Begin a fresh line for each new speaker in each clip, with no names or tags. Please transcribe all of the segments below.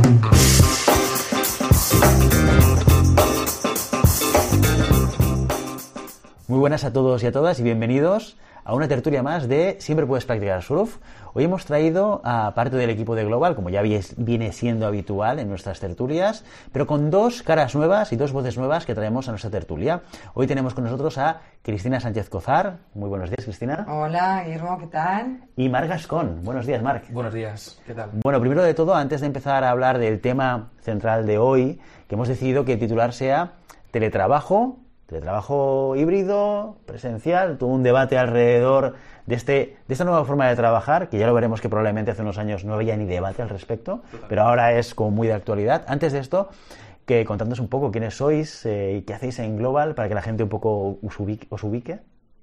Muy buenas a todos y a todas y bienvenidos a una tertulia más de Siempre puedes practicar surf. Hoy hemos traído a parte del equipo de Global, como ya viene siendo habitual en nuestras tertulias, pero con dos caras nuevas y dos voces nuevas que traemos a nuestra tertulia. Hoy tenemos con nosotros a Cristina Sánchez Cozar. Muy buenos días, Cristina.
Hola, Guillermo, ¿qué tal?
Y Marc Gascón. Buenos días, Marc.
Buenos días, ¿qué tal?
Bueno, primero de todo, antes de empezar a hablar del tema central de hoy, que hemos decidido que el titular sea teletrabajo híbrido, presencial, todo un debate alrededor de esta nueva forma de trabajar, que ya lo veremos que probablemente hace unos años no había ni debate al respecto, pero ahora es como muy de actualidad. Antes de esto, que contándonos un poco quiénes sois y qué hacéis en Global para que la gente un poco os ubique.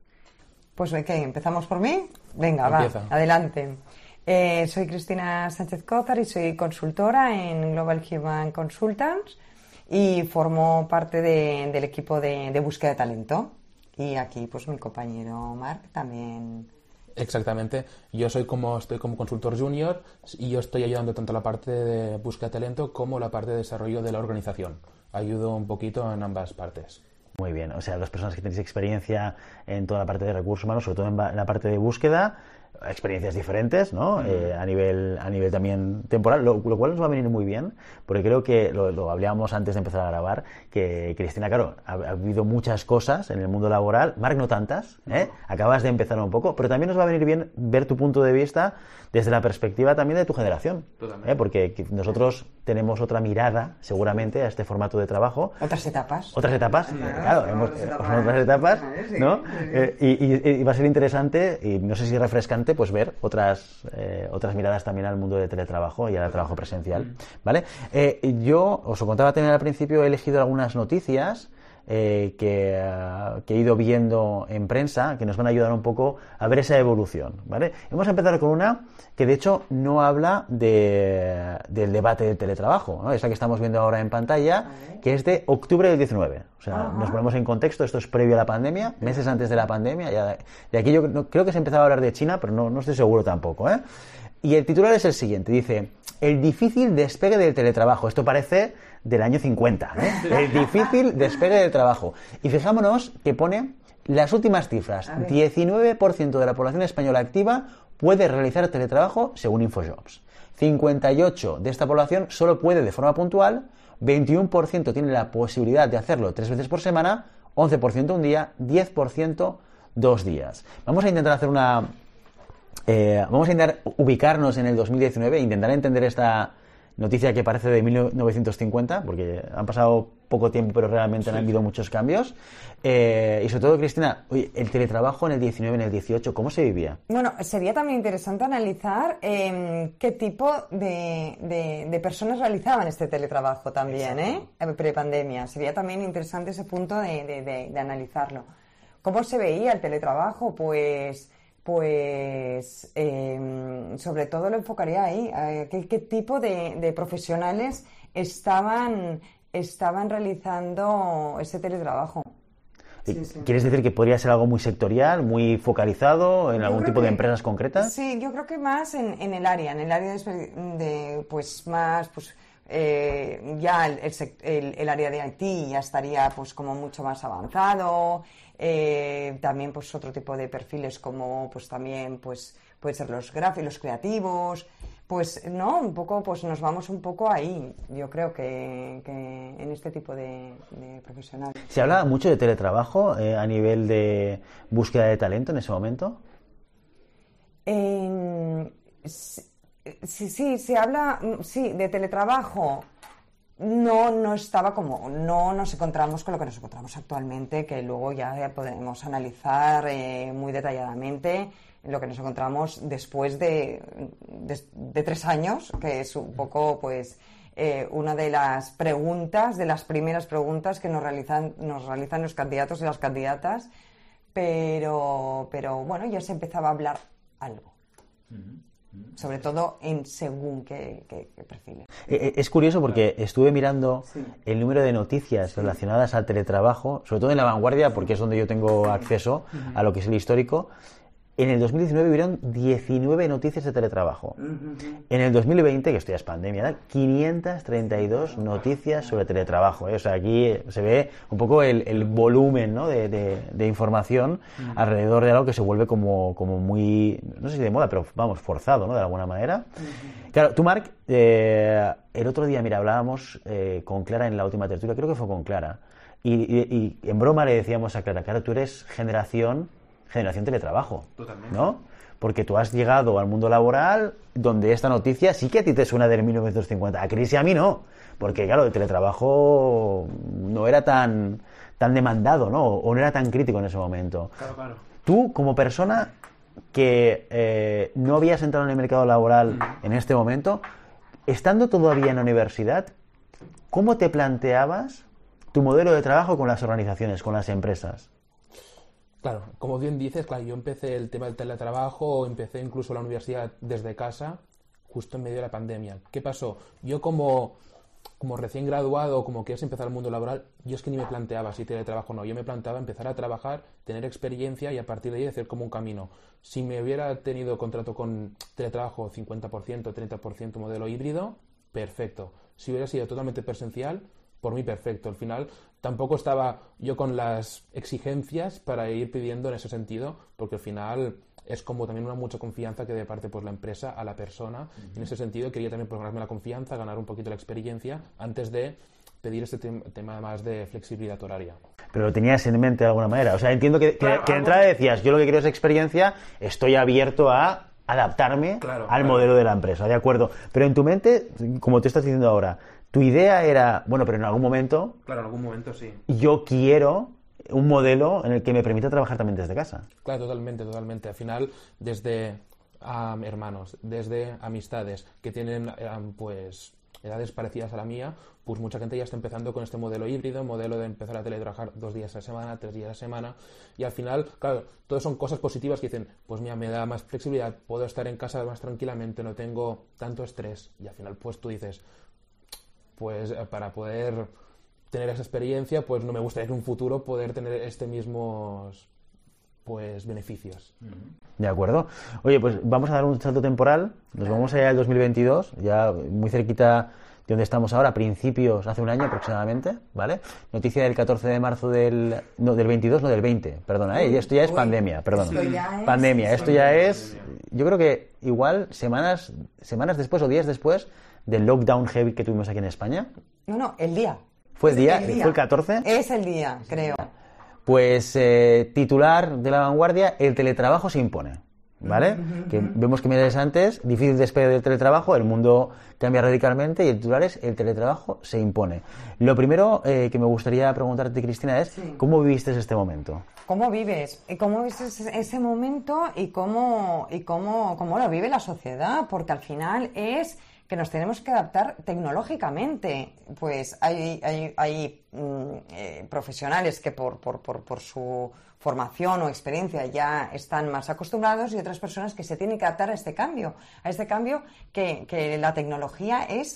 Pues ¿qué? ¿Empezamos por mí? Venga,
Empieza.
Va, adelante. Soy Cristina Sánchez Cozar y soy consultora en Global Human Consultants y formo parte del equipo de búsqueda de talento. Y aquí, pues, mi compañero Marc también.
Exactamente. Estoy como consultor junior y yo estoy ayudando tanto la parte de búsqueda de talento como la parte de desarrollo de la organización. Ayudo un poquito en ambas partes.
Muy bien, o sea, las personas que tenéis experiencia en toda la parte de recursos humanos, sobre todo en la parte de búsqueda, experiencias diferentes, ¿no? A nivel también temporal, lo cual nos va a venir muy bien, porque creo que lo hablábamos antes de empezar a grabar, que Cristina, claro, ha habido muchas cosas en el mundo laboral, Marc no tantas, acabas de empezar un poco, pero también nos va a venir bien ver tu punto de vista desde la perspectiva también de tu generación, porque nosotros tenemos otra mirada, seguramente, a este formato de trabajo.
Otras etapas,
claro, otras etapas, ¿no? Y va a ser interesante, y no sé si refrescante, pues ver otras miradas también al mundo del teletrabajo y al trabajo presencial, ¿vale? Yo os lo contaba también al principio, he elegido algunas noticias que he ido viendo en prensa que nos van a ayudar un poco a ver esa evolución, ¿vale? Vamos a empezar con una que de hecho no habla del debate del teletrabajo, ¿no? Es la que estamos viendo ahora en pantalla, que es de octubre del 19. O sea, nos ponemos en contexto, esto es previo a la pandemia, meses antes de la pandemia. De aquí yo creo que se empezaba a hablar de China, pero no estoy seguro tampoco, ¿eh? Y el titular es el siguiente, dice: el difícil despegue del teletrabajo. Esto parece del año 50, ¿eh? El difícil despegue del trabajo. Y fijámonos que pone las últimas cifras. 19% de la población española activa puede realizar teletrabajo según Infojobs. 58% de esta población solo puede de forma puntual, 21% tiene la posibilidad de hacerlo 3 veces por semana, 11% un día, 10% 2 días. Vamos a intentar hacer vamos a intentar ubicarnos en el 2019 e intentar entender esta noticia que parece de 1950, porque han pasado poco tiempo, pero realmente han habido muchos cambios. Y sobre todo, Cristina, oye, el teletrabajo en el 19, en el 18, ¿cómo se vivía?
Bueno, sería también interesante analizar qué tipo de personas realizaban este teletrabajo también, prepandemia. Sería también interesante ese punto de analizarlo. ¿Cómo se veía el teletrabajo? Pues sobre todo lo enfocaría ahí. ¿Qué tipo de profesionales estaban realizando ese teletrabajo? Sí.
¿Quieres decir que podría ser algo muy sectorial, muy focalizado en algún tipo de empresas concretas?
Sí, yo creo que más en el área de pues más pues ya el área de IT ya estaría pues como mucho más avanzado. También pues otro tipo de perfiles como pues también pues pueden ser los gráficos, los creativos, pues no, un poco pues nos vamos un poco ahí, yo creo que en este tipo de profesionales.
¿Se hablaba mucho de teletrabajo a nivel de búsqueda de talento en ese momento?
Sí, se habla de teletrabajo. No estaba como, no nos encontramos con lo que nos encontramos actualmente, que luego ya podemos analizar muy detalladamente lo que nos encontramos después de 3 años, que es un poco pues una de las primeras preguntas que nos realizan los candidatos y las candidatas, pero bueno, ya se empezaba a hablar algo. Sobre todo en según qué perfiles.
Es curioso porque estuve mirando el número de noticias relacionadas al teletrabajo, sobre todo en La Vanguardia, porque es donde yo tengo acceso a lo que es el histórico, En el 2019 hubieron 19 noticias de teletrabajo. En el 2020, que esto ya es pandemia, 532 noticias sobre teletrabajo. O sea, aquí se ve un poco el volumen, ¿no?, de información alrededor de algo que se vuelve como muy, no sé si de moda, pero vamos, forzado, ¿no?, de alguna manera. Claro, tú, Marc, el otro día, mira, hablábamos con Clara en la última tertulia, creo que fue con Clara, y en broma le decíamos a Clara, claro, tú eres generación teletrabajo. Totalmente. ¿No? Porque tú has llegado al mundo laboral donde esta noticia sí que a ti te suena del 1950. A Cris y a mí no. Porque, claro, el teletrabajo no era tan demandado, ¿no? O no era tan crítico en ese momento.
Claro.
Tú, como persona que no habías entrado en el mercado laboral en este momento, estando todavía en la universidad, ¿cómo te planteabas tu modelo de trabajo con las organizaciones, con las empresas?
Claro, como bien dices, claro, yo empecé el tema del teletrabajo, empecé incluso la universidad desde casa, justo en medio de la pandemia. ¿Qué pasó? Yo como recién graduado, como quieres empezar el mundo laboral, yo es que ni me planteaba si teletrabajo o no. Yo me planteaba empezar a trabajar, tener experiencia y a partir de ahí hacer como un camino. Si me hubiera tenido contrato con teletrabajo 50%, 30% modelo híbrido, perfecto. Si hubiera sido totalmente presencial, por mí perfecto. Al final tampoco estaba yo con las exigencias para ir pidiendo en ese sentido, porque al final es como también una mucha confianza que de parte pues la empresa a la persona. En ese sentido quería también pues ganarme la confianza, ganar un poquito la experiencia antes de pedir este tema más de flexibilidad horaria.
Pero lo tenías en mente de alguna manera. O sea, entiendo que de entrada decías, yo lo que quiero es experiencia, estoy abierto a adaptarme al modelo de la empresa, ¿de acuerdo? Pero en tu mente, como te estás diciendo ahora, tu idea era, bueno, pero en algún momento...
Claro, en algún momento sí.
Yo quiero un modelo en el que me permita trabajar también desde casa.
Claro, totalmente. Al final, desde hermanos, desde amistades que tienen pues edades parecidas a la mía, pues mucha gente ya está empezando con este modelo híbrido, modelo de empezar a teletrabajar 2 días a la semana, 3 días a la semana, y al final, claro, todas son cosas positivas que dicen, pues mira, me da más flexibilidad, puedo estar en casa más tranquilamente, no tengo tanto estrés, y al final pues tú dices, pues para poder tener esa experiencia, pues no me gustaría en un futuro poder tener mismos pues beneficios.
De acuerdo. Oye, pues vamos a dar un salto temporal, nos vamos allá al 2022, ya muy cerquita de donde estamos ahora, principios, hace un año aproximadamente, ¿vale? Noticia del 14 de marzo del 22, no del 20, perdona, esto ya es pandemia, perdona. Esto ya es, yo creo que igual semanas después o días después del lockdown heavy que tuvimos aquí en España.
No, el día.
¿Fue el día? ¿Fue el 14?
Es el día, creo.
Pues titular de La Vanguardia, el teletrabajo se impone, ¿vale? Que vemos que meses antes, difícil despegue del teletrabajo, el mundo cambia radicalmente y el titular es el teletrabajo se impone. Lo primero que me gustaría preguntarte, Cristina, es ¿cómo viviste este momento?
¿Cómo vives? ¿Cómo vives ese momento y cómo lo vive la sociedad? Porque al final es que nos tenemos que adaptar tecnológicamente. Pues hay profesionales que por su formación o experiencia ya están más acostumbrados y otras personas que se tienen que adaptar a este cambio que la tecnología es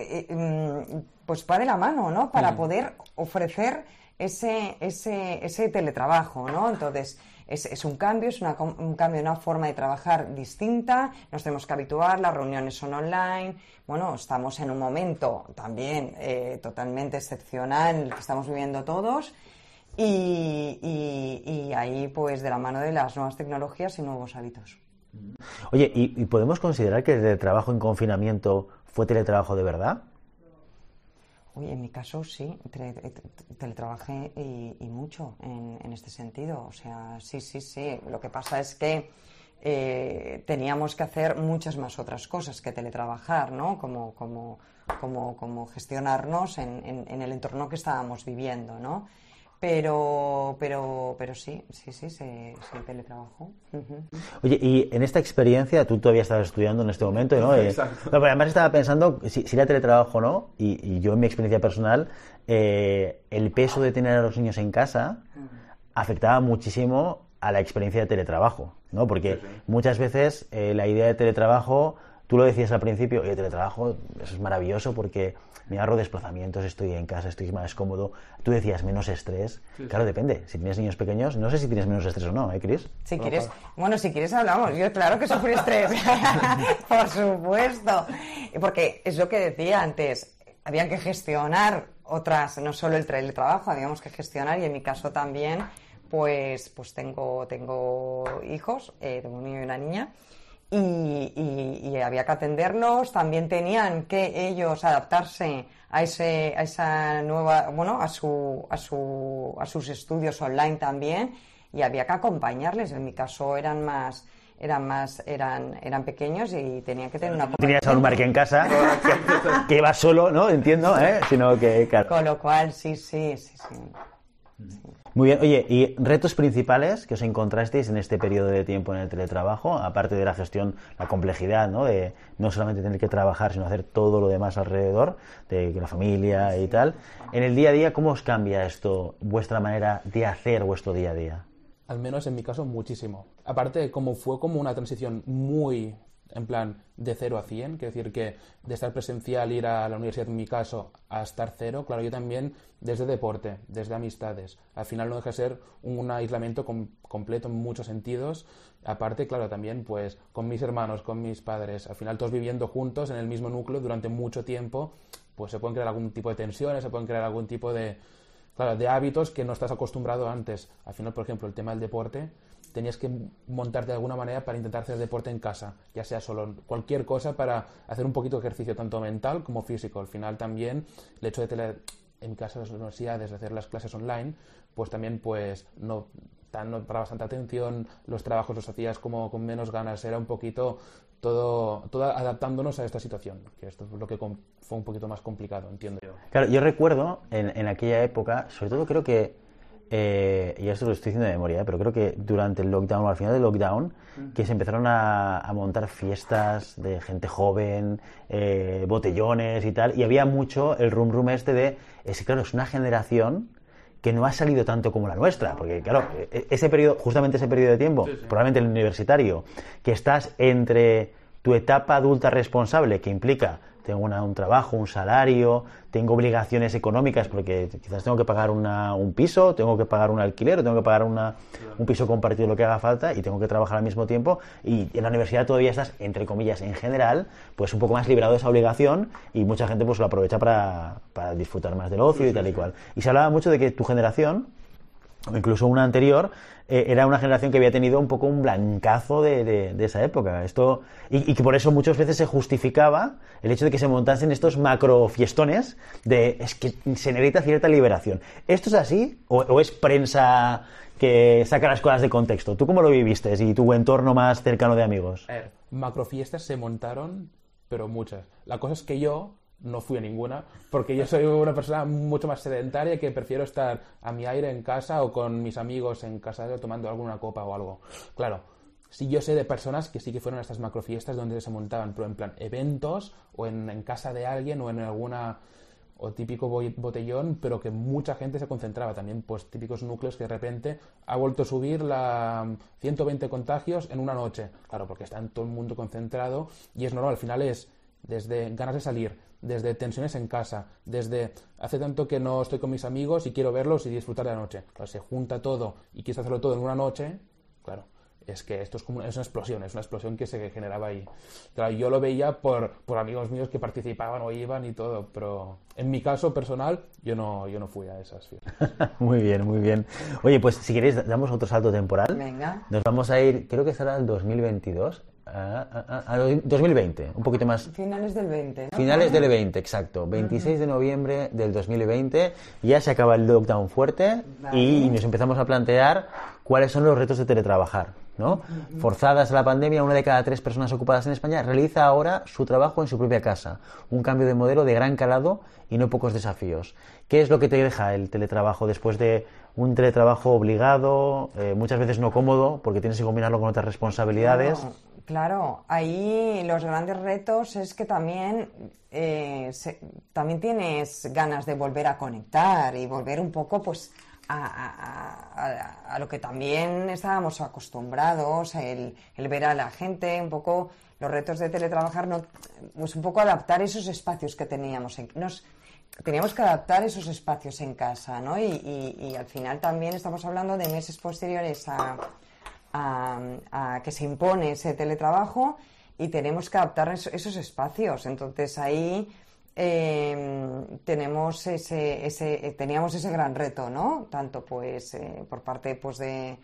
pues va de la mano, ¿no? Para poder ofrecer ese teletrabajo, ¿no? Entonces es un cambio, un cambio, una forma de trabajar distinta, nos tenemos que habituar, las reuniones son online, bueno, estamos en un momento también totalmente excepcional que estamos viviendo todos y ahí pues de la mano de las nuevas tecnologías y nuevos hábitos.
Oye, ¿y podemos considerar que el teletrabajo en confinamiento fue teletrabajo de verdad?
Uy, en mi caso sí, teletrabajé y mucho en este sentido. O sea, sí. Lo que pasa es que teníamos que hacer muchas más otras cosas que teletrabajar, ¿no? Como gestionarnos en el entorno que estábamos viviendo, ¿no? Pero sí, se teletrabajó.
Oye, y en esta experiencia, tú todavía estabas estudiando en este momento, ¿no?
Exacto.
No, pero además estaba pensando si era teletrabajo o no, y yo en mi experiencia personal, el peso de tener a los niños en casa afectaba muchísimo a la experiencia de teletrabajo, ¿no? Porque muchas veces la idea de teletrabajo tú lo decías al principio, el teletrabajo, eso es maravilloso porque me ahorro desplazamientos, estoy en casa, estoy más cómodo. Tú decías menos estrés. Claro, depende. Si tienes niños pequeños, no sé si tienes menos estrés o no, Cris?
Si quieres, bueno, si quieres hablamos. Yo claro que sufrí estrés, por supuesto. Porque es lo que decía antes, había que gestionar otras, no solo el teletrabajo, habíamos que gestionar, y en mi caso también, pues tengo hijos, tengo un niño y una niña, y había que atenderlos. También tenían que ellos adaptarse a esa nueva, bueno, a sus estudios online también, y había que acompañarles. En mi caso eran pequeños y tenían que tener una...
Tenías a un Marc en casa que va solo, ¿no? Entiendo, sino que... Claro.
Con lo cual, sí.
Muy bien. Oye, ¿y retos principales que os encontrasteis en este periodo de tiempo en el teletrabajo? Aparte de la gestión, la complejidad, ¿no? De no solamente tener que trabajar, sino hacer todo lo demás alrededor, de la familia y tal. En el día a día, ¿cómo os cambia esto, vuestra manera de hacer vuestro día a día?
Al menos en mi caso, muchísimo. Aparte, fue como una transición muy, en plan, de 0 a 100, quiero decir que de estar presencial, ir a la universidad en mi caso, a estar 0, claro, yo también desde deporte, desde amistades. Al final no deja de ser un aislamiento completo en muchos sentidos. Aparte, claro, también pues con mis hermanos, con mis padres, al final todos viviendo juntos en el mismo núcleo durante mucho tiempo, pues se pueden crear algún tipo de tensiones, se pueden crear algún tipo de hábitos que no estás acostumbrado antes. Al final, por ejemplo, el tema del deporte, tenías que montarte de alguna manera para intentar hacer deporte en casa, ya sea solo cualquier cosa para hacer un poquito de ejercicio, tanto mental como físico. Al final también, el hecho de en mi caso las universidades, de hacer las clases online, pues también pues no parabas tanta atención, los trabajos los hacías como con menos ganas, era un poquito todo adaptándonos a esta situación, que esto es lo que fue un poquito más complicado, entiendo yo.
Claro, yo recuerdo en aquella época, sobre todo creo que, y esto lo estoy diciendo de memoria, pero creo que durante el lockdown o al final del lockdown, que se empezaron a montar fiestas de gente joven, botellones y tal, y había mucho el rum de, claro, es una generación que no ha salido tanto como la nuestra, porque claro, justamente ese periodo de tiempo, probablemente el universitario, que estás entre tu etapa adulta responsable, que implica tengo un trabajo, un salario, tengo obligaciones económicas porque quizás tengo que pagar un piso, tengo que pagar un alquiler, o tengo que pagar un piso compartido, lo que haga falta, y tengo que trabajar al mismo tiempo, y en la universidad todavía estás, entre comillas, en general, pues un poco más liberado de esa obligación, y mucha gente pues lo aprovecha para disfrutar más del ocio y tal y cual. Y se hablaba mucho de que tu generación, o incluso una anterior, era una generación que había tenido un poco un blancazo de esa época. Y que por eso muchas veces se justificaba el hecho de que se montasen estos macro fiestones es que se necesita cierta liberación. ¿Esto es así o es prensa que saca las cosas de contexto? ¿Tú cómo lo viviste y tu entorno más cercano de amigos?
Macrofiestas se montaron, pero muchas. La cosa es que yo no fui a ninguna, porque yo soy una persona mucho más sedentaria, que prefiero estar a mi aire en casa o con mis amigos en casa tomando alguna copa o algo. Claro, sí, yo sé de personas que sí que fueron a estas macrofiestas donde se montaban, pero en plan eventos o en casa de alguien o en alguna o típico botellón, pero que mucha gente se concentraba también, pues típicos núcleos que de repente ha vuelto a subir 120 contagios en una noche. Claro, porque está todo el mundo concentrado y es normal, al final es desde ganas de salir, desde tensiones en casa, desde hace tanto que no estoy con mis amigos y quiero verlos y disfrutar de la noche. Claro, se junta todo y quieres hacerlo todo en una noche, claro, es que esto es una explosión que se generaba ahí. Claro, yo lo veía por amigos míos que participaban o iban y todo, pero en mi caso personal yo no fui a esas fiestas.
Muy bien, muy bien. Oye, pues si queréis damos otro salto temporal.
Venga.
Nos vamos a ir, creo que será el 2022. 2020, un poquito más.
Finales del 20, ¿no?
Finales del 20, exacto. 26 de noviembre del 2020, ya se acaba el lockdown fuerte, vale. Y nos empezamos a plantear cuáles son los retos de teletrabajar, ¿no? Forzadas a la pandemia, 1 de cada 3 personas ocupadas en España realiza ahora su trabajo en su propia casa. Un cambio de modelo de gran calado y no pocos desafíos. ¿Qué es lo que te deja el teletrabajo después de un teletrabajo obligado, muchas veces no cómodo, porque tienes que combinarlo con otras responsabilidades?
Claro, ahí los grandes retos es que también tienes ganas de volver a conectar y volver un poco pues a lo que también estábamos acostumbrados, el ver a la gente, un poco los retos de teletrabajar, pues un poco adaptar esos espacios que teníamos. Teníamos que adaptar esos espacios en casa, ¿no? Y al final también estamos hablando de meses posteriores a que se impone ese teletrabajo y tenemos que adaptar esos espacios. Entonces ahí teníamos ese gran reto, ¿no? Tanto pues por parte pues de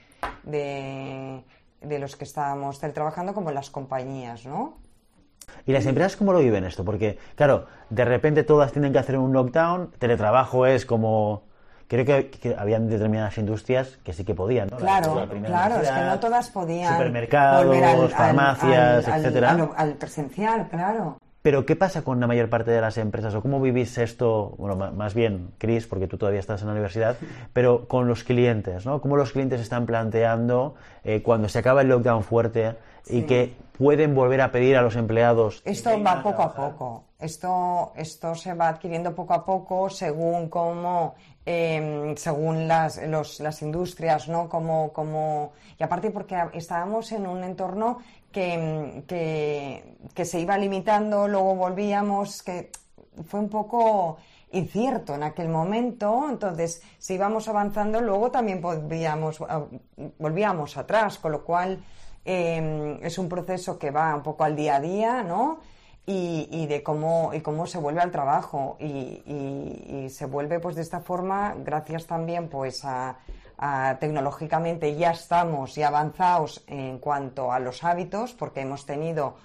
los que estábamos teletrabajando como las compañías, ¿no?
¿Y las empresas cómo lo viven esto? Porque, claro, de repente todas tienen que hacer un lockdown, teletrabajo es como... Creo que habían determinadas industrias que sí que podían, ¿no?
Claro, es que no todas podían
supermercados,
volver
farmacias, etcétera.
Al presencial, claro.
Pero, ¿qué pasa con la mayor parte de las empresas? ¿O cómo vivís esto? Bueno, más bien, Cris, porque tú todavía estás en la universidad, pero con los clientes, ¿no? ¿Cómo los clientes están planteando cuando se acaba el lockdown fuerte y que pueden volver a pedir a los empleados?
Esto va poco a poco. Esto se va adquiriendo poco a poco según cómo... según las industrias, ¿no? Y aparte porque estábamos en un entorno que se iba limitando, luego volvíamos, que fue un poco incierto en aquel momento, entonces si íbamos avanzando luego también volvíamos atrás, con lo cual es un proceso que va un poco al día a día, ¿no? Y de cómo se vuelve al trabajo y se vuelve pues de esta forma gracias también pues a tecnológicamente ya estamos y avanzados en cuanto a los hábitos porque hemos tenido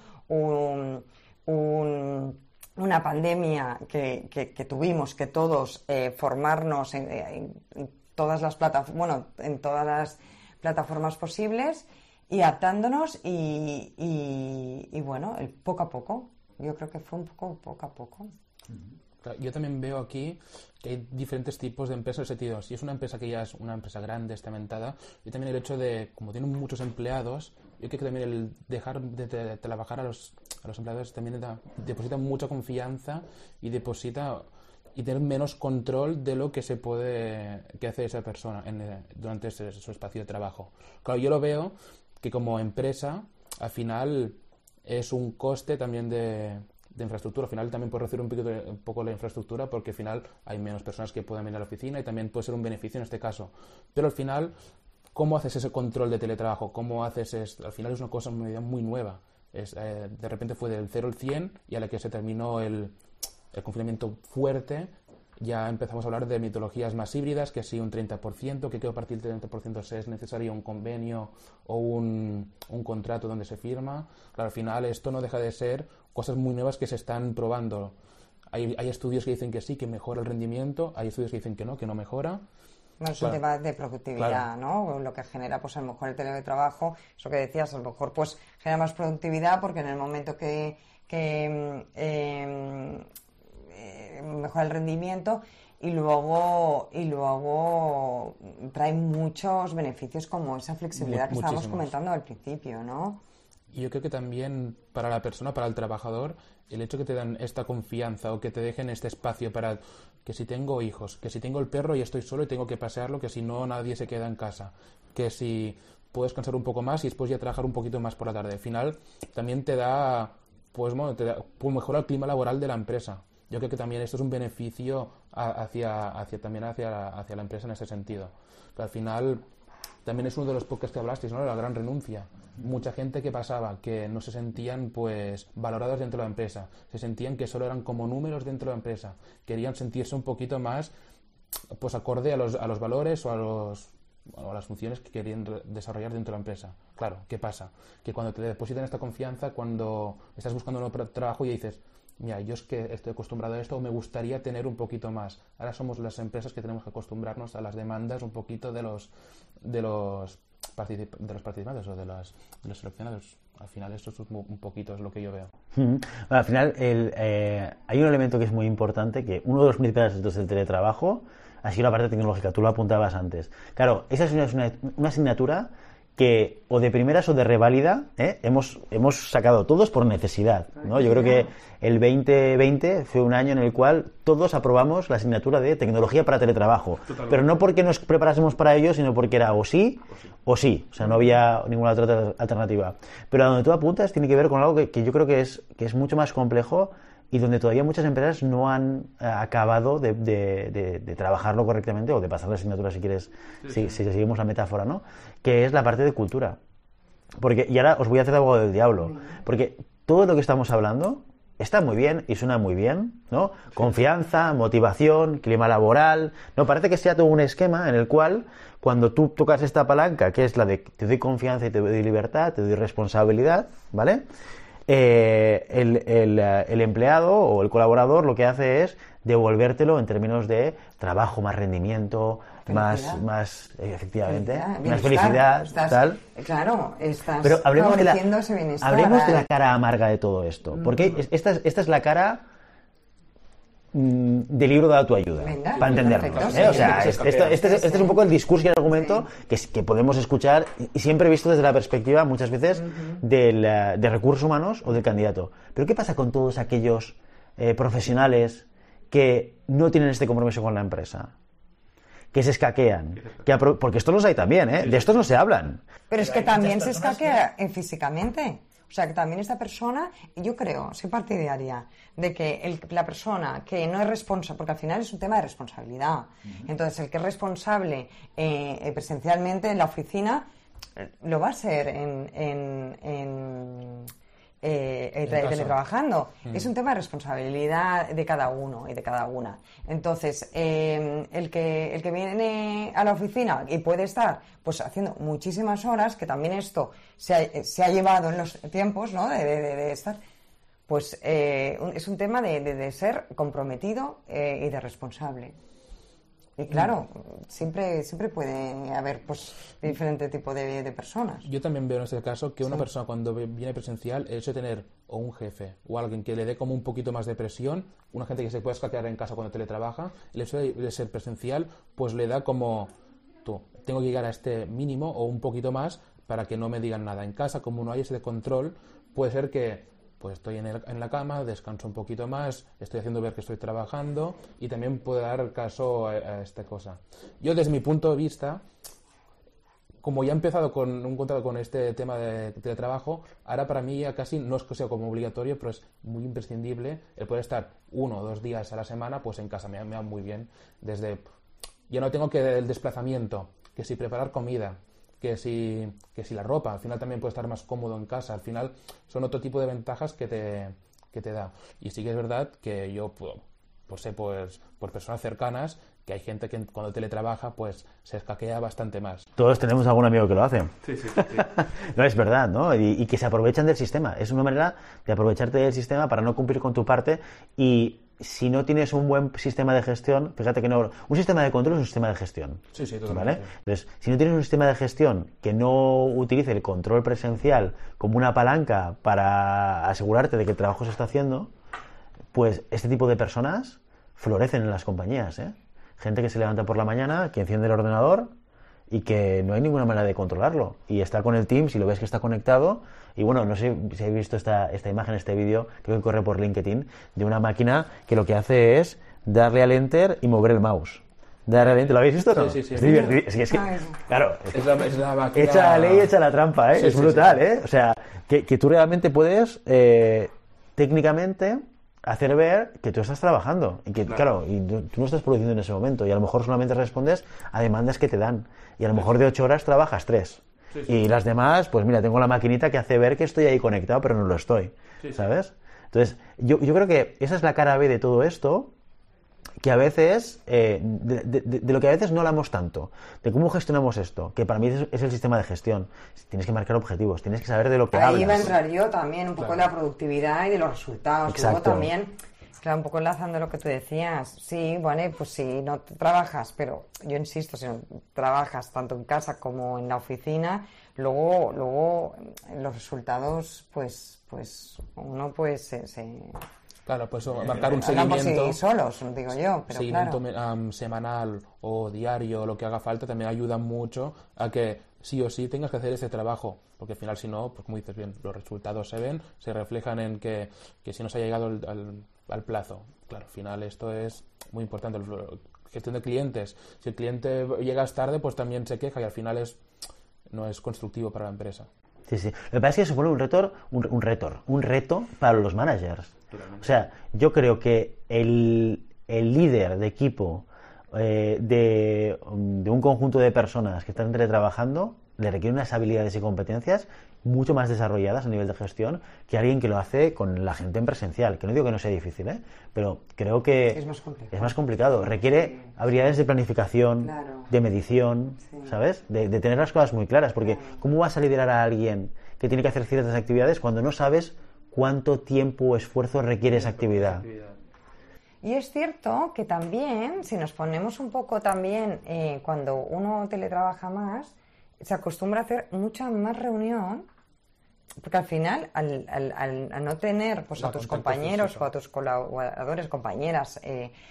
una pandemia que tuvimos que todos formarnos en todas las plataformas posibles y adaptándonos y bueno, poco a poco. Yo creo que fue un poco a poco.
Yo también veo aquí que hay diferentes tipos de empresas en ese sentido. Si es una empresa que ya es una empresa grande, estamentada, y también el hecho de, como tienen muchos empleados, yo creo que también el dejar de trabajar a los empleados también deposita mucha confianza y deposita y tener menos control de lo que hace esa persona durante su espacio de trabajo. Claro, yo lo veo que como empresa, al final es un coste también de infraestructura. Al final también puede reducir un poco la infraestructura porque al final hay menos personas que pueden venir a la oficina y también puede ser un beneficio en este caso. Pero al final, ¿cómo haces ese control de teletrabajo? ¿Cómo haces esto? Al final es una cosa muy nueva. De repente fue del 0 al 100 y a la que se terminó el confinamiento fuerte ya empezamos a hablar de metodologías más híbridas, que sí un 30%, que a partir del 30% es necesario un convenio o un contrato donde se firma. Claro, al final esto no deja de ser cosas muy nuevas que se están probando. Hay estudios que dicen que sí, que mejora el rendimiento, hay estudios que dicen que no mejora.
No, es un tema de productividad, claro, ¿no? Lo que genera, pues a lo mejor el teletrabajo, eso que decías, a lo mejor pues genera más productividad porque en el momento que mejora el rendimiento y luego trae muchos beneficios como esa flexibilidad que estábamos comentando al principio, ¿no?
Y yo creo que también para la persona, para el trabajador, el hecho que te dan esta confianza o que te dejen este espacio para que si tengo hijos, que si tengo el perro y estoy solo y tengo que pasearlo, que si no nadie se queda en casa, que si puedes descansar un poco más y después ya trabajar un poquito más por la tarde. Al final también te da, pues mejora el clima laboral de la empresa. Yo creo que también esto es un beneficio hacia la empresa en ese sentido. Pero al final también es uno de los podcasts que hablasteis, ¿no? La gran renuncia. Mucha gente que pasaba, que no se sentían pues valorados dentro de la empresa, se sentían que solo eran como números dentro de la empresa, querían sentirse un poquito más pues acorde a los valores o a las funciones que querían desarrollar dentro de la empresa. Claro, ¿qué pasa? Que cuando te depositan esta confianza, cuando estás buscando un nuevo trabajo y dices, mira, yo es que estoy acostumbrado a esto o me gustaría tener un poquito más. Ahora somos las empresas que tenemos que acostumbrarnos a las demandas un poquito de los participantes o de los seleccionados. Al final esto es un poquito es lo que yo veo.
Al final hay un elemento que es muy importante, que uno de los principales retos del teletrabajo ha sido la parte tecnológica, tú lo apuntabas antes. Claro, esa es una asignatura que o de primeras o de reválida hemos sacado todos por necesidad, ¿no? Yo creo que el 2020 fue un año en el cual todos aprobamos la asignatura de tecnología para teletrabajo. Totalmente. Pero no porque nos preparásemos para ello, sino porque era o sí. O sea, no había ninguna otra alternativa. Pero a donde tú apuntas tiene que ver con algo que yo creo que es mucho más complejo y donde todavía muchas empresas no han acabado de trabajarlo correctamente, o de pasar la asignatura, si quieres, si seguimos la metáfora, ¿no? Que es la parte de cultura. Y ahora os voy a hacer abogado del diablo, porque todo lo que estamos hablando está muy bien y suena muy bien, ¿no? Confianza, motivación, clima laboral, ¿no? Parece que sea todo un esquema en el cual, cuando tú tocas esta palanca, que es la de te doy confianza y te doy libertad, te doy responsabilidad, ¿vale? El empleado o el colaborador lo que hace es devolvértelo en términos de trabajo, más rendimiento, más efectivamente, más felicidad, tal.
Claro, estás
favoreciendo
ese bienestar.
Hablemos de la cara amarga de todo esto, porque esta es la cara del libro de autoayuda. Venga, para entendernos, o sea, este es un poco el discurso y el argumento que podemos escuchar, y siempre visto desde la perspectiva muchas veces de recursos humanos o del candidato. Pero ¿qué pasa con todos aquellos profesionales que no tienen este compromiso con la empresa, que se escaquean, porque estos los hay también, de estos no se hablan?
Pero es que también se escaquea físicamente. O sea, que también esta persona, yo creo, soy partidaria de que la persona que no es responsable, porque al final es un tema de responsabilidad, entonces el que es responsable presencialmente en la oficina lo va a ser teletrabajando. Es un tema de responsabilidad de cada uno y de cada una. Entonces, el que viene a la oficina y puede estar pues haciendo muchísimas horas, que también esto se ha llevado en los tiempos, ¿no? de estar, pues es un tema de ser comprometido y de responsable. Y claro, siempre puede haber pues diferente tipo de personas.
Yo también veo en este caso que una persona cuando viene presencial, el hecho de tener o un jefe o alguien que le dé como un poquito más de presión, una gente que se puede escaquear en casa cuando teletrabaja, el hecho de ser presencial pues le da como, tengo que llegar a este mínimo o un poquito más para que no me digan nada. En casa, como no hay ese control, puede ser que pues estoy en la cama, descanso un poquito más, estoy haciendo ver que estoy trabajando y también puedo dar caso a esta cosa. Yo, desde mi punto de vista, como ya he empezado con un contrato con este tema de teletrabajo, ahora para mí ya casi no es que sea como obligatorio, pero es muy imprescindible el poder estar 1 o 2 días a la semana pues en casa. Me va muy bien. Ya no tengo que el desplazamiento, que si preparar comida, que si la ropa, al final también puede estar más cómodo en casa. Al final son otro tipo de ventajas que te da. Y sí que es verdad que yo sé por personas cercanas que hay gente que cuando teletrabaja pues se escaquea bastante más.
Todos tenemos algún amigo que lo hace.
Sí.
No, es verdad, ¿no? Y que se aprovechan del sistema. Es una manera de aprovecharte del sistema para no cumplir con tu parte. Y si no tienes un buen sistema de gestión, fíjate que no, un sistema de control es un sistema de gestión.
Sí, totalmente.
¿Vale? Entonces, si no tienes un sistema de gestión que no utilice el control presencial como una palanca para asegurarte de que el trabajo se está haciendo, pues este tipo de personas florecen en las compañías, Gente que se levanta por la mañana, que enciende el ordenador y que no hay ninguna manera de controlarlo. Y está con el Teams y lo ves que está conectado. Y bueno, no sé si habéis visto esta imagen, este vídeo, creo que corre por LinkedIn, de una máquina que lo que hace es darle al Enter y mover el mouse. Darle al Enter, ¿lo habéis visto o no?
Sí.
Es divertido. Es que, claro,
es la máquina...
Echa la ley, echa la trampa, es brutal, O sea, que tú realmente puedes, técnicamente, hacer ver que tú estás trabajando y que, claro, y tú no estás produciendo en ese momento y a lo mejor solamente respondes a demandas que te dan y a lo mejor de 8 horas trabajas 3 y las demás, pues mira, tengo la maquinita que hace ver que estoy ahí conectado pero no lo estoy, ¿sabes? Entonces, yo creo que esa es la cara B de todo esto, que a veces, de lo que a veces no hablamos tanto, de cómo gestionamos esto, que para mí es el sistema de gestión. Tienes que marcar objetivos, tienes que saber de lo que hablas.
Ahí iba a entrar yo también, un poco de la productividad y de los resultados.
Exacto.
Luego también, claro, un poco enlazando lo que tú decías. Sí, bueno, pues si no trabajas, pero yo insisto, si no trabajas tanto en casa como en la oficina, luego los resultados, pues uno pues se
Claro, pues marcar un seguimiento.
Por sí solos, digo yo, pero
seguimiento semanal o diario, lo que haga falta, también ayuda mucho a que sí o sí tengas que hacer ese trabajo, porque al final si no, pues como dices bien, los resultados se ven, se reflejan en que si no se ha llegado al plazo. Claro, al final esto es muy importante. Gestión de clientes, si el cliente llegas tarde, pues también se queja y al final no es constructivo para la empresa.
Sí, sí. Lo que pasa es que supone un reto para los managers. O sea, yo creo que el líder de equipo de un conjunto de personas que están teletrabajando le requiere unas habilidades y competencias mucho más desarrolladas a nivel de gestión que alguien que lo hace con la gente en presencial, que no digo que no sea difícil, pero creo que es más complicado. Requiere habilidades de planificación,
claro,
de medición, ¿sabes? De tener las cosas muy claras, porque ¿cómo vas a liderar a alguien que tiene que hacer ciertas actividades cuando no sabes cuánto tiempo o esfuerzo requiere esa actividad?
Y es cierto que también, si nos ponemos un poco también, cuando uno teletrabaja más, se acostumbra a hacer mucha más reunión, porque al final, al no tener pues a tus compañeros o a tus colaboradores, compañeras,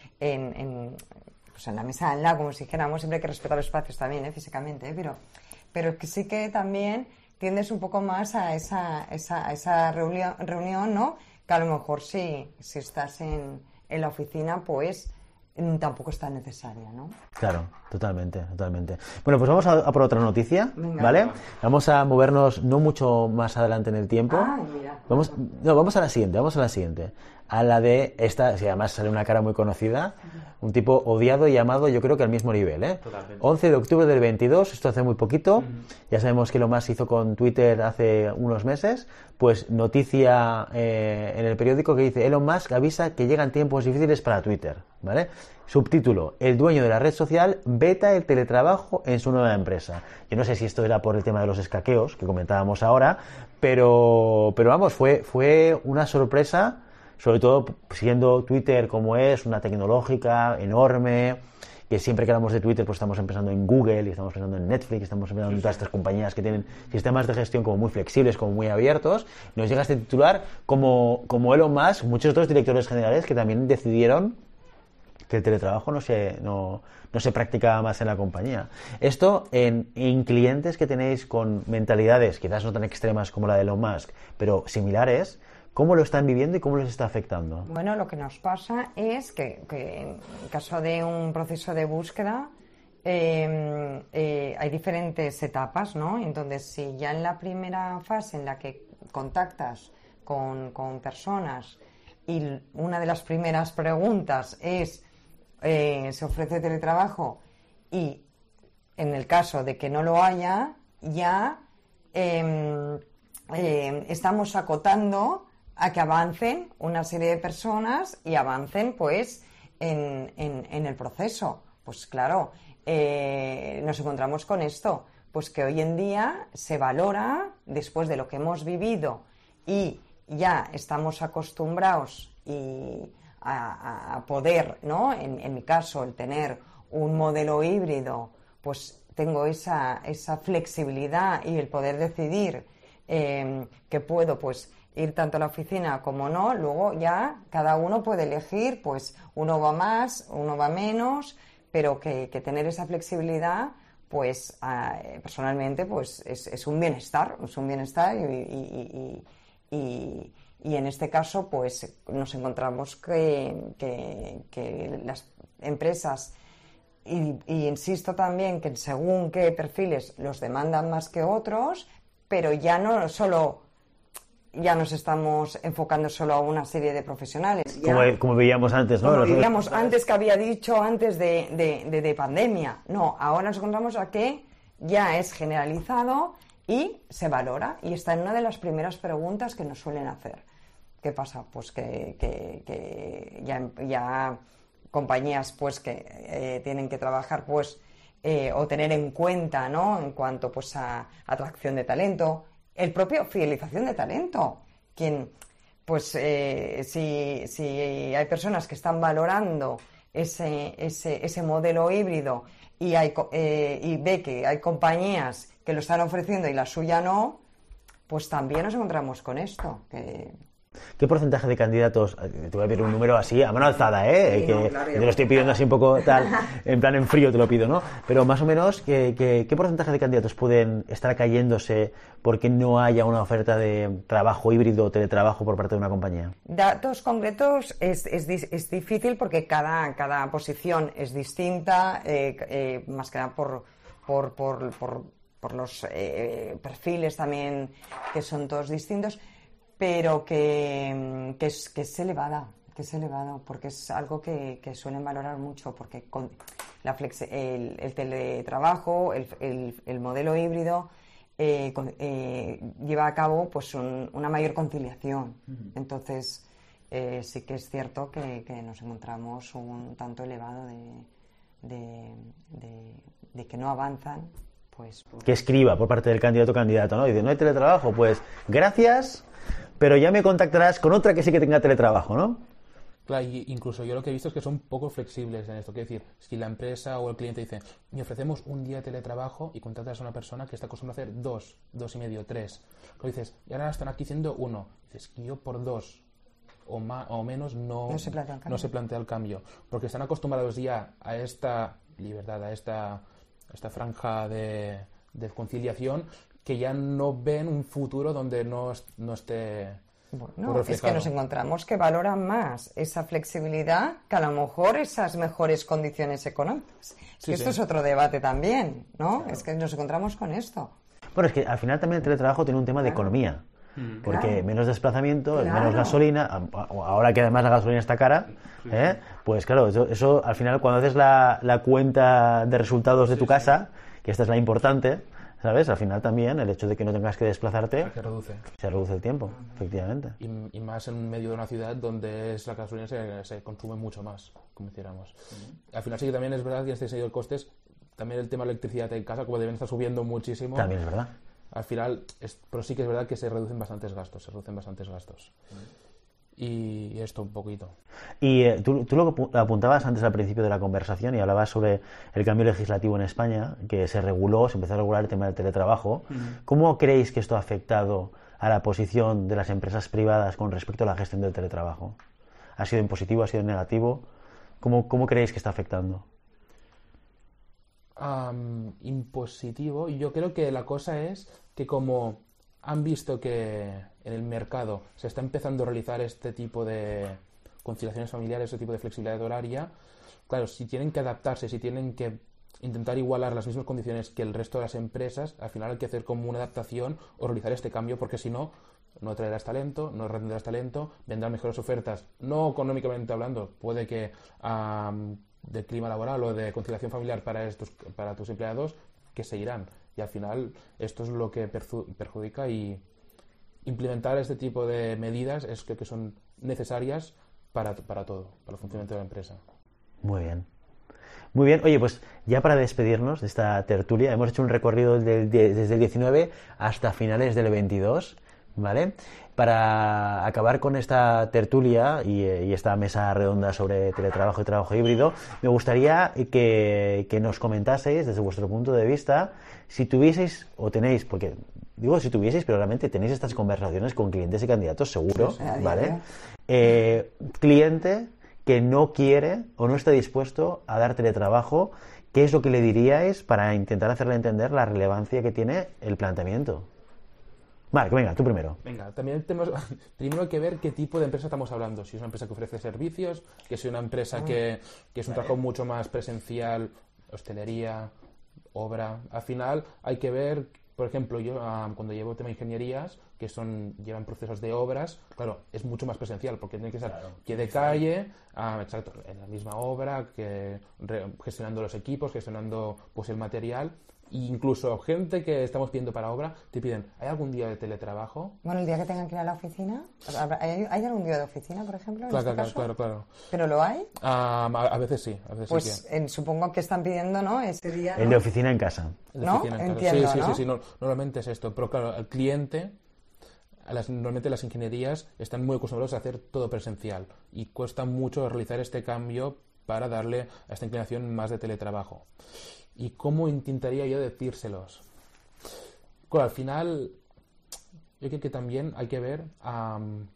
pues en la mesa al lado, como si dijéramos, siempre hay que respetar los espacios también, físicamente, pero que sí que también tiendes un poco más a esa reunión, ¿no? Que a lo mejor si estás en la oficina, pues tampoco es tan necesaria, ¿no?
Claro, totalmente. Bueno, pues vamos a por otra noticia,
venga,
¿vale? Vamos a movernos no mucho más adelante en el tiempo.
Mira.
Vamos a la siguiente. A la de esta, si además sale una cara muy conocida, un tipo odiado y amado, yo creo que al mismo nivel,
Totalmente.
11 de octubre del 22, esto hace muy poquito, ya sabemos que Elon Musk hizo con Twitter hace unos meses, pues noticia en el periódico que dice: Elon Musk avisa que llegan tiempos difíciles para Twitter, ¿vale? Subtítulo: el dueño de la red social veta el teletrabajo en su nueva empresa. Yo no sé si esto era por el tema de los escaqueos que comentábamos ahora, pero vamos, fue una sorpresa, sobre todo siguiendo Twitter como es, una tecnológica enorme, que siempre que hablamos de Twitter pues estamos pensando en Google y estamos pensando en Netflix, estamos pensando en todas estas compañías que tienen sistemas de gestión como muy flexibles, como muy abiertos. Nos llega este titular como Elon Musk, muchos otros directores generales que también decidieron que el teletrabajo no se practicaba más en la compañía. Esto en clientes que tenéis con mentalidades quizás no tan extremas como la de Elon Musk, pero similares, ¿cómo lo están viviendo y cómo les está afectando?
Bueno, lo que nos pasa es que en caso de un proceso de búsqueda hay diferentes etapas, ¿no? Entonces, si ya en la primera fase en la que contactas con personas y una de las primeras preguntas es ¿se ofrece teletrabajo? Y en el caso de que no lo haya, ya estamos acotando a que avancen una serie de personas y avancen pues en el proceso. Pues claro, nos encontramos con esto, pues que hoy en día se valora, después de lo que hemos vivido y ya estamos acostumbrados a poder, ¿no? En mi caso, el tener un modelo híbrido, pues tengo esa flexibilidad y el poder decidir que puedo pues ir tanto a la oficina como no. Luego ya cada uno puede elegir, pues uno va más, uno va menos, pero que tener esa flexibilidad, pues personalmente pues es un bienestar, y en este caso pues nos encontramos que las empresas y insisto también que según qué perfiles los demandan más que otros, pero ya no solo ya nos estamos enfocando solo a una serie de profesionales.
Como veíamos antes, ¿no?
Como veíamos antes, que había dicho antes de pandemia. No, ahora nos encontramos a que ya es generalizado y se valora, y está en una de las primeras preguntas que nos suelen hacer. ¿Qué pasa? Pues que ya compañías pues que tienen que trabajar pues o tener en cuenta, ¿no? En cuanto pues a atracción de talento, el propio fidelización de talento. Quien pues si hay personas que están valorando ese modelo híbrido y ve que hay compañías que lo están ofreciendo y la suya no, pues también nos encontramos con esto.
¿Qué porcentaje de candidatos, te voy a pedir un número así, a mano alzada,
Sí,
que
no, claro,
te lo estoy pidiendo así un poco tal, en plan en frío te lo pido, ¿no? Pero más o menos, ¿qué porcentaje de candidatos pueden estar cayéndose porque no haya una oferta de trabajo híbrido o teletrabajo por parte de una compañía?
Datos concretos es difícil porque cada posición es distinta, más que nada por los perfiles también, que son todos distintos, pero que es elevada, porque es algo que suelen valorar mucho, porque con el teletrabajo, el modelo híbrido, lleva a cabo pues una mayor conciliación. Entonces sí que es cierto que nos encontramos un tanto elevado de que no avanzan, pues
que escriba por parte del candidato o candidata, ¿no? Dice, no hay teletrabajo, pues gracias, pero ya me contactarás con otra que sí que tenga teletrabajo, ¿no?
Claro, y incluso yo lo que he visto es que son poco flexibles en esto. Quiero decir, si la empresa o el cliente dice, me ofrecemos un día de teletrabajo y contratas a una persona que está acostumbrada a hacer 2,5, 3. Luego dices, y ahora están aquí haciendo 1. Dices, yo por 2 o menos no se plantea el cambio. Porque están acostumbrados ya a esta libertad, a esta franja de conciliación, que ya no ven un futuro donde no esté...
Bueno, es que nos encontramos que valoran más esa flexibilidad que a lo mejor esas mejores condiciones económicas. Esto es otro debate también, ¿no? Claro. Es que nos encontramos con esto.
Bueno, es que al final también el teletrabajo tiene un tema de economía. Porque menos desplazamiento, menos gasolina, ahora que además la gasolina está cara, pues claro, eso al final cuando haces la cuenta de resultados de tu casa, que esta es la importante, ¿sabes? Al final también el hecho de que no tengas que desplazarte se reduce el tiempo, efectivamente.
Y más en medio de una ciudad donde la gasolina se consume mucho más, como hiciéramos. Al final sí que también es verdad que en este sentido de costes, también el tema de electricidad en casa, como deben estar subiendo muchísimo.
También es verdad.
Al final, pero sí que es verdad que se reducen bastantes gastos. Y esto un poquito.
Y tú lo apuntabas antes al principio de la conversación y hablabas sobre el cambio legislativo en España, que se empezó a regular el tema del teletrabajo. ¿Cómo creéis que esto ha afectado a la posición de las empresas privadas con respecto a la gestión del teletrabajo? ¿Ha sido en positivo, ha sido en negativo? ¿Cómo creéis que está afectando?
Impositivo. Yo creo que la cosa es que como han visto que en el mercado se está empezando a realizar este tipo de conciliaciones familiares, este tipo de flexibilidad horaria, claro, si tienen que adaptarse, si tienen que intentar igualar las mismas condiciones que el resto de las empresas, al final hay que hacer como una adaptación o realizar este cambio, porque si no, no atraerás talento, no retendrás talento, vendrán mejores ofertas, no económicamente hablando, puede que de clima laboral o de conciliación familiar para tus empleados, que se irán. Y al final esto es lo que perjudica, y implementar este tipo de medidas es que son necesarias para todo, para el funcionamiento de la empresa.
Muy bien. Muy bien. Oye, pues ya para despedirnos de esta tertulia, hemos hecho un recorrido desde el 19 hasta finales del 22, ¿vale? Para acabar con esta tertulia y esta mesa redonda sobre teletrabajo y trabajo híbrido, me gustaría que nos comentaseis desde vuestro punto de vista si tuvieseis o tenéis, porque digo si tuvieseis, pero realmente tenéis estas conversaciones con clientes y candidatos, seguro, ¿vale? Cliente que no quiere o no está dispuesto a dar teletrabajo, ¿qué es lo que le diríais para intentar hacerle entender la relevancia que tiene el planteamiento? Vale, venga, tú primero.
Venga, también tenemos primero hay que ver qué tipo de empresa estamos hablando. Si es una empresa que ofrece servicios, que es una empresa que es un trabajo mucho más presencial, hostelería, obra. Al final hay que ver, por ejemplo, yo cuando llevo tema de ingenierías, que llevan procesos de obras, claro, es mucho más presencial, porque tiene que estar pie de calle, exacto, en la misma obra, gestionando los equipos, gestionando pues el material. E incluso gente que estamos pidiendo para obra te piden, ¿hay algún día de teletrabajo?
Bueno, el día que tengan que ir a la oficina, ¿hay algún día de oficina, por ejemplo?
Claro.
¿Pero lo hay?
A veces sí.
Pues
sí.
Supongo que están pidiendo, ¿no? Ese día,
el de oficina en casa.
¿No? Entiendo,
sí, normalmente es esto. Pero claro, el cliente, normalmente las ingenierías están muy acostumbrados a hacer todo presencial y cuesta mucho realizar este cambio para darle a esta inclinación más de teletrabajo. ¿Y cómo intentaría yo decírselos? Claro, al final, yo creo que también hay que ver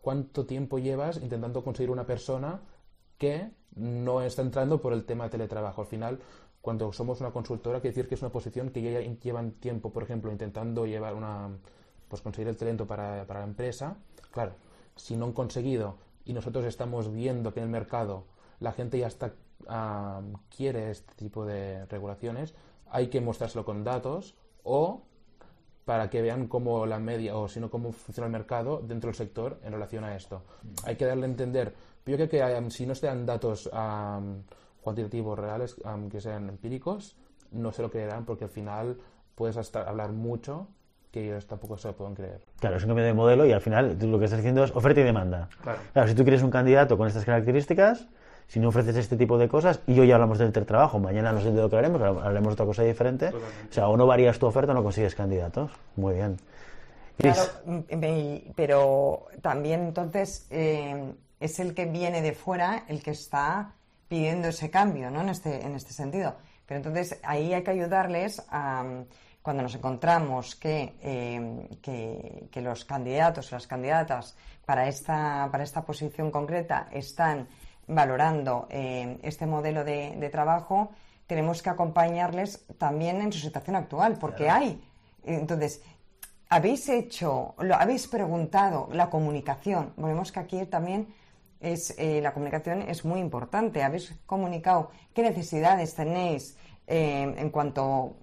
cuánto tiempo llevas intentando conseguir una persona que no está entrando por el tema de teletrabajo. Al final, cuando somos una consultora, quiere decir que es una posición que ya llevan tiempo, por ejemplo, intentando llevar conseguir el talento para la empresa. Claro, si no han conseguido y nosotros estamos viendo que en el mercado la gente ya quiere este tipo de regulaciones, hay que mostrárselo con datos o para que vean cómo la media o sino cómo funciona el mercado dentro del sector en relación a esto. Hay que darle a entender. Yo creo que si no se dan datos cuantitativos reales, que sean empíricos, no se lo creerán, porque al final puedes hasta hablar mucho que ellos tampoco se lo pueden creer.
Claro, es un cambio de modelo y al final tú lo que estás diciendo es oferta y demanda. Claro, si tú quieres un candidato con estas características, si no ofreces este tipo de cosas, y hoy ya hablamos del teletrabajo, mañana no sé de lo que haremos de otra cosa diferente. Totalmente. O sea, o no varías tu oferta o no consigues candidatos. Muy bien.
Claro, pero también entonces es el que viene de fuera el que está pidiendo ese cambio, ¿no? En este sentido. Pero entonces ahí hay que ayudarles a, cuando nos encontramos que los candidatos o las candidatas para esta posición concreta están valorando este modelo de trabajo, tenemos que acompañarles también en su situación actual, porque claro. Entonces, habéis preguntado la comunicación. Vemos que aquí también la comunicación es muy importante. Habéis comunicado qué necesidades tenéis en cuanto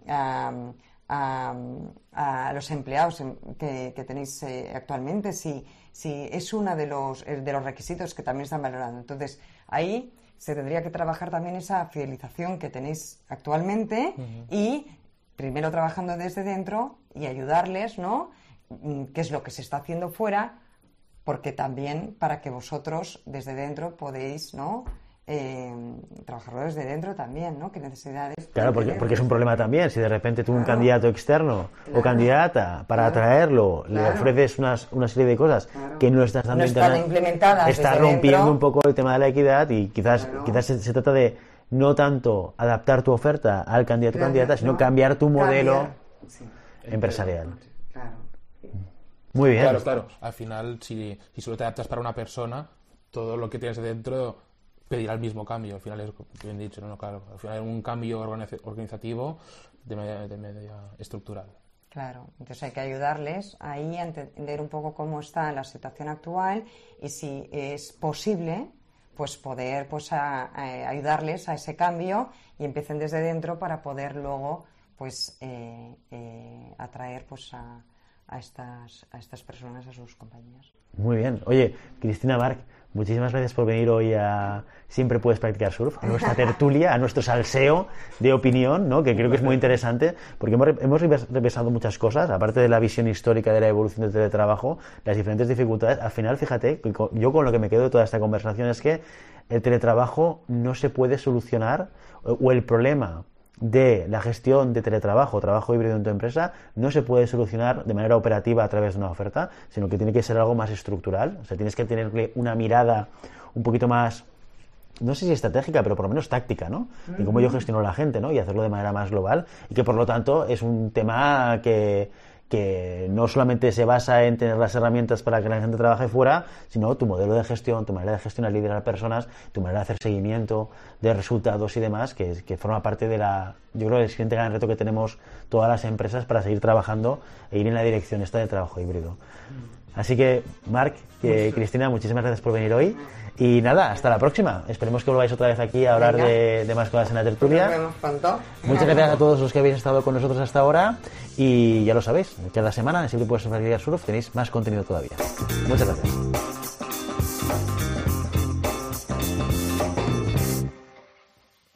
a los empleados que tenéis actualmente, si es uno de los requisitos que también están valorando. Entonces, ahí se tendría que trabajar también esa fidelización que tenéis actualmente y primero trabajando desde dentro y ayudarles, ¿no? Qué es lo que se está haciendo fuera, porque también para que vosotros desde dentro podéis, ¿no? Trabajarlo desde dentro también, ¿no? ¿Qué necesidades?
Claro, porque es un problema también. Si de repente tú un candidato externo o candidata para atraerlo le ofreces una serie de cosas que no estás dando
implementadas,
está rompiendo dentro un poco el tema de la equidad y quizás se trata de no tanto adaptar tu oferta al candidato o candidata, sino cambiar tu modelo empresarial.
Claro.
Muy bien.
Claro. Al final, si solo te adaptas para una persona, todo lo que tienes dentro pedirá el mismo cambio. Al final es bien dicho, ¿no? Claro. Al final es un cambio organizativo de media estructural.
Claro, entonces hay que ayudarles ahí a entender un poco cómo está la situación actual y si es posible, pues poder ayudarles a ese cambio y empiecen desde dentro para poder luego pues atraer pues a estas personas a sus compañías.
Muy bien. Oye, Cristina, Marc, muchísimas gracias por venir hoy a Siempre Puedes Practicar Surf, a nuestra tertulia, a nuestro salseo de opinión, ¿no? Que creo que es muy interesante, porque hemos repasado muchas cosas, aparte de la visión histórica de la evolución del teletrabajo, las diferentes dificultades. Al final, fíjate, yo con lo que me quedo de toda esta conversación es que el teletrabajo no se puede solucionar, o el problema de la gestión de teletrabajo, trabajo híbrido en tu empresa, no se puede solucionar de manera operativa a través de una oferta, sino que tiene que ser algo más estructural. O sea, tienes que tener una mirada un poquito más, no sé si estratégica, pero por lo menos táctica, ¿no? Y cómo yo gestiono a la gente, ¿no? Y hacerlo de manera más global, y que por lo tanto es un tema que no solamente se basa en tener las herramientas para que la gente trabaje fuera, sino tu modelo de gestión, tu manera de gestionar y liderar personas, tu manera de hacer seguimiento de resultados y demás, que forma parte de yo creo, el siguiente gran reto que tenemos todas las empresas para seguir trabajando e ir en la dirección esta del trabajo híbrido. Así que, Marc, Cristina, muchísimas gracias por venir hoy. Y nada, hasta la próxima. Esperemos que volváis otra vez aquí a hablar de más cosas en la tertulia.
Nos vemos pronto.
Muchas gracias a todos los que habéis estado con nosotros hasta ahora. Y ya lo sabéis, cada semana en Siempre Puedes Practicar Surf tenéis más contenido todavía. Muchas gracias.